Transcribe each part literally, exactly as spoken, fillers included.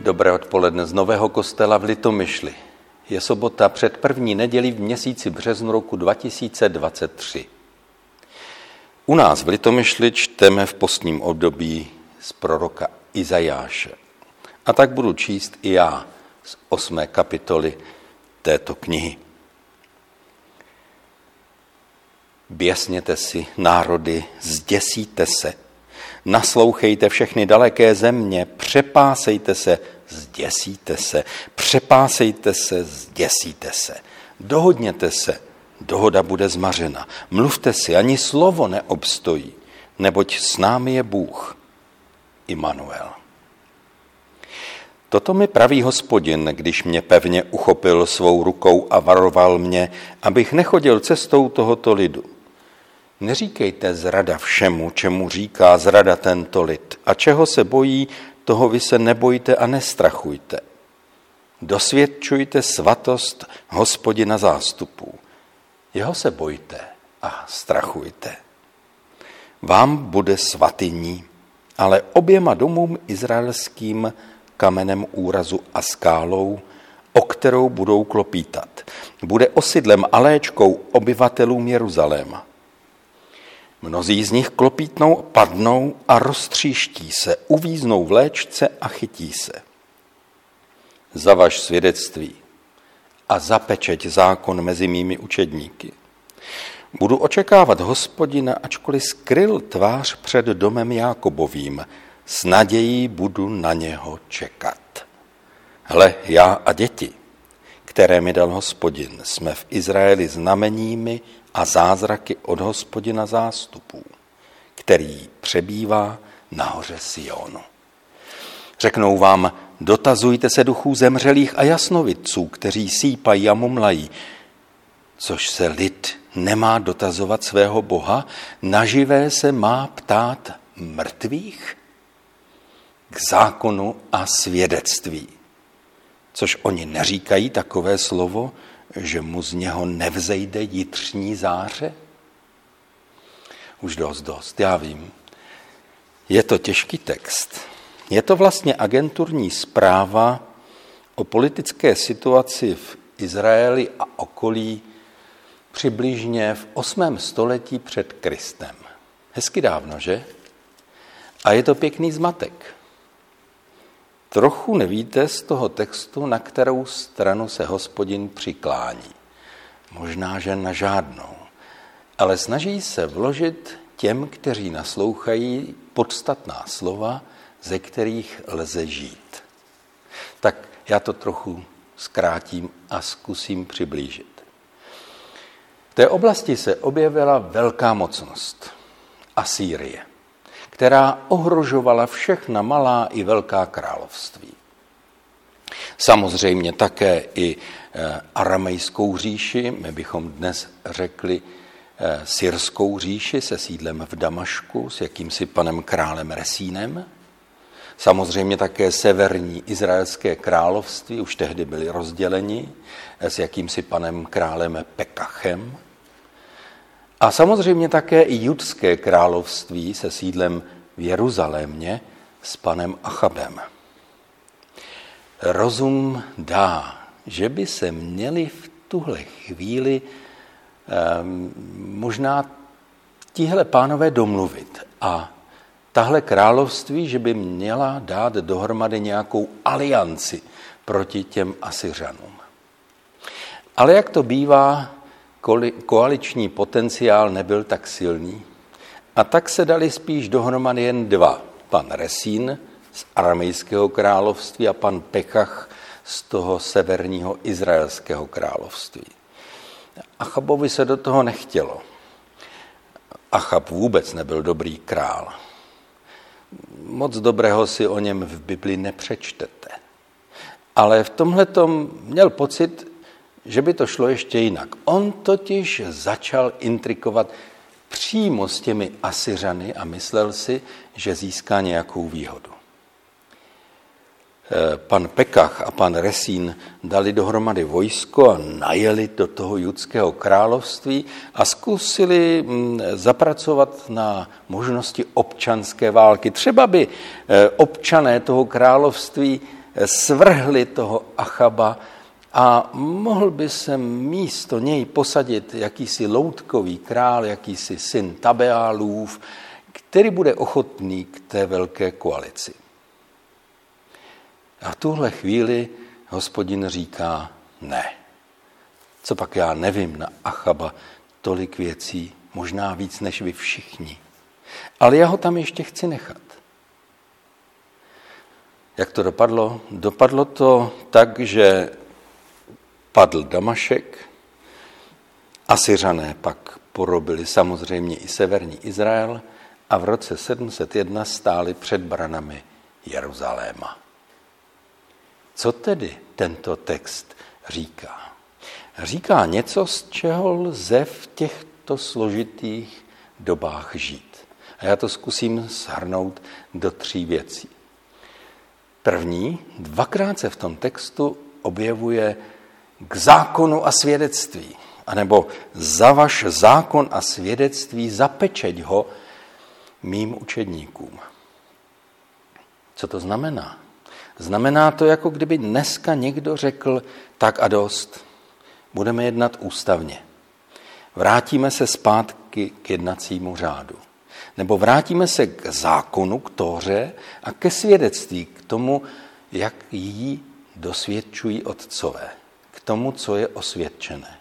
Dobré odpoledne z Nového kostela v Litomyšli. Je sobota před první nedělí v měsíci březnu roku dva tisíce dvacet tři. U nás v Litomyšli čteme v postním období z proroka Izajáše. A tak budu číst i já z osmé kapitoly této knihy. Běsněte si, národy, zděsíte se. Naslouchejte všechny daleké země, přepásejte se, zděsíte se, přepásejte se, zděsíte se. Dohodněte se, dohoda bude zmařena. Mluvte si, ani slovo neobstojí, neboť s námi je Bůh, Immanuel. Toto mi praví Hospodin, když mě pevně uchopil svou rukou a varoval mě, abych nechodil cestou tohoto lidu. Neříkejte zrada všemu, čemu říká zrada tento lid. A čeho se bojí, toho vy se nebojte a nestrachujte. Dosvědčujte svatost Hospodina zástupů. Jeho se bojte a strachujte. Vám bude svatyní, ale oběma domům izraelským kamenem úrazu a skálou, o kterou budou klopítat. Bude osydlem a léčkou obyvatelům Jeruzaléma. Mnozí z nich klopítnou, padnou a roztříští se, uvíznou v léčce a chytí se. Zavaž svědectví a zapečeť zákon mezi mými učedníky. Budu očekávat Hospodina, ačkoliv skryl tvář před domem Jákobovým, s nadějí budu na něho čekat. Hle, já a děti, které mi dal Hospodin, jsme v Izraeli znameními a zázraky od Hospodina zástupů, který přebývá nahoře Sionu. Řeknou vám, dotazujte se duchů zemřelých a jasnovidců, kteří sípají a mumlají, což se lid nemá dotazovat svého Boha, naživé se má ptát mrtvých? K zákonu a svědectví. Což oni neříkají takové slovo, že mu z něho nevzejde jitřní záře? Už dost, dost, já vím. Je to těžký text. Je to vlastně agenturní zpráva o politické situaci v Izraeli a okolí přibližně v osmém století před Kristem. Hezky dávno, že? A je to pěkný zmatek. Trochu nevíte z toho textu, na kterou stranu se Hospodin přiklání. Možná, že na žádnou. Ale snaží se vložit těm, kteří naslouchají, podstatná slova, ze kterých lze žít. Tak já to trochu zkrátím a zkusím přiblížit. V té oblasti se objevila velká mocnost, Asýrie, která ohrožovala všechna malá i velká království. Samozřejmě také i aramejskou říši, my bychom dnes řekli syrskou říši se sídlem v Damašku s jakýmsi panem králem Resínem. Samozřejmě také severní izraelské království, už tehdy byli rozděleni, s jakýmsi panem králem Pekachem. A samozřejmě také i judské království se sídlem v Jeruzalémě s panem Achabem. Rozum dá, že by se měli v tuhle chvíli um, možná tihle pánové domluvit a tahle království, že by měla dát dohromady nějakou alianci proti těm Asyřanům. Ale jak to bývá, koaliční potenciál nebyl tak silný a tak se dali spíš dohromady jen dva. Pan Resín z aramejského království a pan Pekach z toho severního izraelského království. Achabovi se do toho nechtělo. Achab vůbec nebyl dobrý král. Moc dobrého si o něm v Bibli nepřečtete. Ale v tomhletom měl pocit, že by to šlo ještě jinak. On totiž začal intrikovat přímo s těmi Asyřany a myslel si, že získá nějakou výhodu. Pan Pekach a pan Resín dali dohromady vojsko a najeli do toho judského království a zkusili zapracovat na možnosti občanské války. Třeba by občané toho království svrhli toho Achaba a mohl by se místo něj posadit jakýsi loutkový král, jakýsi syn Tabeálův, který bude ochotný k té velké koalici. A v tuhle chvíli Hospodin říká ne. Co pak já nevím na Achaba tolik věcí, možná víc než vy všichni. Ale já ho tam ještě chci nechat. Jak to dopadlo? Dopadlo to tak, že padl Damašek, Asyřané pak porobili samozřejmě i severní Izrael a v roce sedm set jedna stáli před branami Jeruzaléma. Co tedy tento text říká? Říká něco, z čeho lze v těchto složitých dobách žít. A já to zkusím shrnout do tří věcí. První, dvakrát se v tom textu objevuje k zákonu a svědectví. A nebo zavaž zákon a svědectví, zapečeť ho mým učedníkům. Co to znamená? Znamená to, jako kdyby dneska někdo řekl, tak a dost, budeme jednat ústavně. Vrátíme se zpátky k jednacímu řádu. Nebo vrátíme se k zákonu, k Tóře a ke svědectví, k tomu, jak jí dosvědčují otcové, k tomu, co je osvědčené.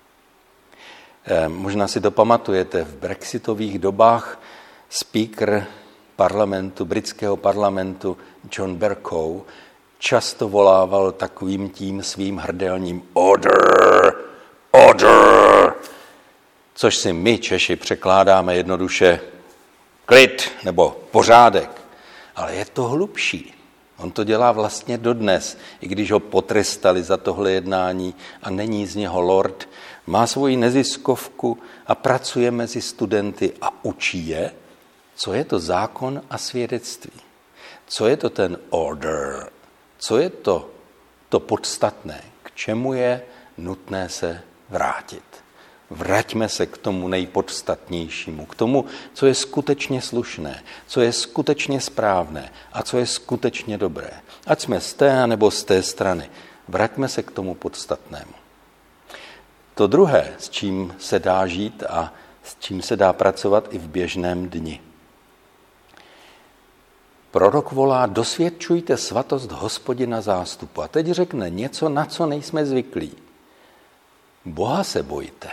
E, možná si to pamatujete, v brexitových dobách speaker parlamentu, britského parlamentu John Bercow často volával takovým tím svým hrdelním order, order, což si my Češi překládáme jednoduše klid nebo pořádek. Ale je to hlubší. On to dělá vlastně dodnes, i když ho potrestali za tohle jednání a není z něho lord, má svoji neziskovku a pracuje mezi studenty a učí je, co je to zákon a svědectví. Co je to ten order? Co je to, to podstatné? K čemu je nutné se vrátit? Vraťme se k tomu nejpodstatnějšímu, k tomu, co je skutečně slušné, co je skutečně správné a co je skutečně dobré. Ať jsme z té nebo z té strany. Vraťme se k tomu podstatnému. To druhé, s čím se dá žít a s čím se dá pracovat i v běžném dni. Prorok volá, dosvědčujte svatost Hospodina zástupu. A teď řekne něco, na co nejsme zvyklí. Boha se bojte.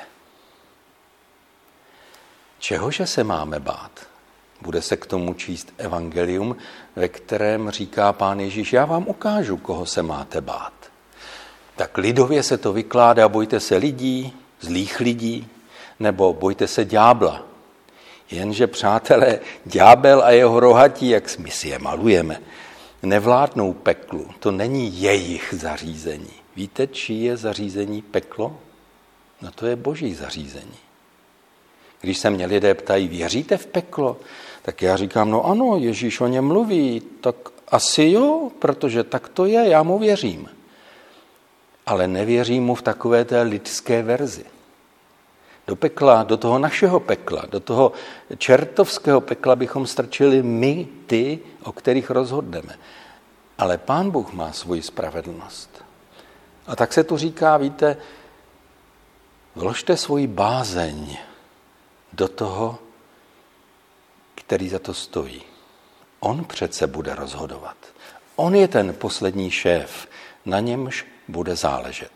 Čehože se máme bát? Bude se k tomu číst evangelium, ve kterém říká Pán Ježíš, já vám ukážu, koho se máte bát. Tak lidově se to vykládá, bojte se lidí, zlých lidí, nebo bojte se ďábla. Jenže, přátelé, ďábel a jeho rohatí, jak my si je malujeme, nevládnou peklu. To není jejich zařízení. Víte, čí je zařízení peklo? No to je boží zařízení. Když se mě lidé ptají, věříte v peklo? Tak já říkám, no ano, Ježíš o něm mluví, tak asi jo, protože tak to je, já mu věřím. Ale nevěřím mu v takové té lidské verzi. Do pekla, do toho našeho pekla, do toho čertovského pekla bychom strčili my, ty, o kterých rozhodneme. Ale Pán Bůh má svoji spravedlnost. A tak se tu říká, víte, vložte svoji bázeň do toho, který za to stojí. On přece bude rozhodovat. On je ten poslední šéf, na němž bude záležet.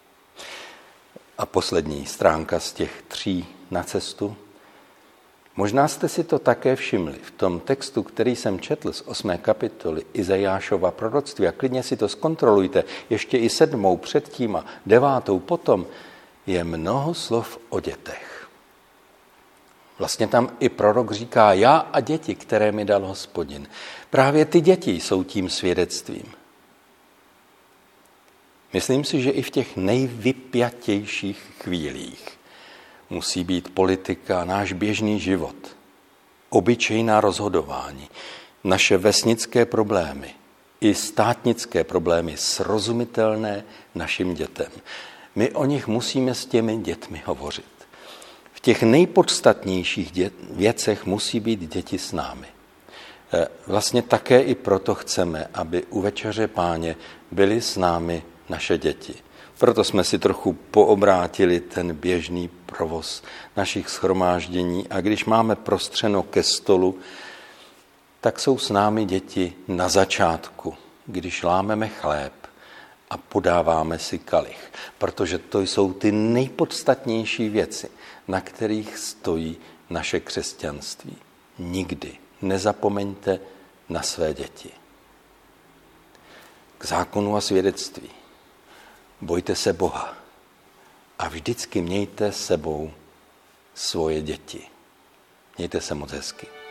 A poslední stránka z těch tří na cestu. Možná jste si to také všimli v tom textu, který jsem četl z osmé kapitoly Izajášova proroctví, a klidně si to zkontrolujte, ještě i sedmou předtím a devátou potom, je mnoho slov o dětech. Vlastně tam i prorok říká, já a děti, které mi dal Hospodin. Právě ty děti jsou tím svědectvím. Myslím si, že i v těch nejvypjatějších chvílích musí být politika náš běžný život, obyčejná rozhodování, naše vesnické problémy i státnické problémy srozumitelné našim dětem. My o nich musíme s těmi dětmi hovořit. V těch nejpodstatnějších dět, věcech musí být děti s námi. Vlastně také i proto chceme, aby u Večeře Páně byly s námi naše děti. Proto jsme si trochu poobrátili ten běžný provoz našich shromáždění a když máme prostřeno ke stolu, tak jsou s námi děti na začátku, když lámeme chléb a podáváme si kalich, protože to jsou ty nejpodstatnější věci, na kterých stojí naše křesťanství. Nikdy nezapomeňte na své děti. K zákonu a svědectví. Bojte se Boha a vždycky mějte sebou svoje děti. Mějte se moc hezky.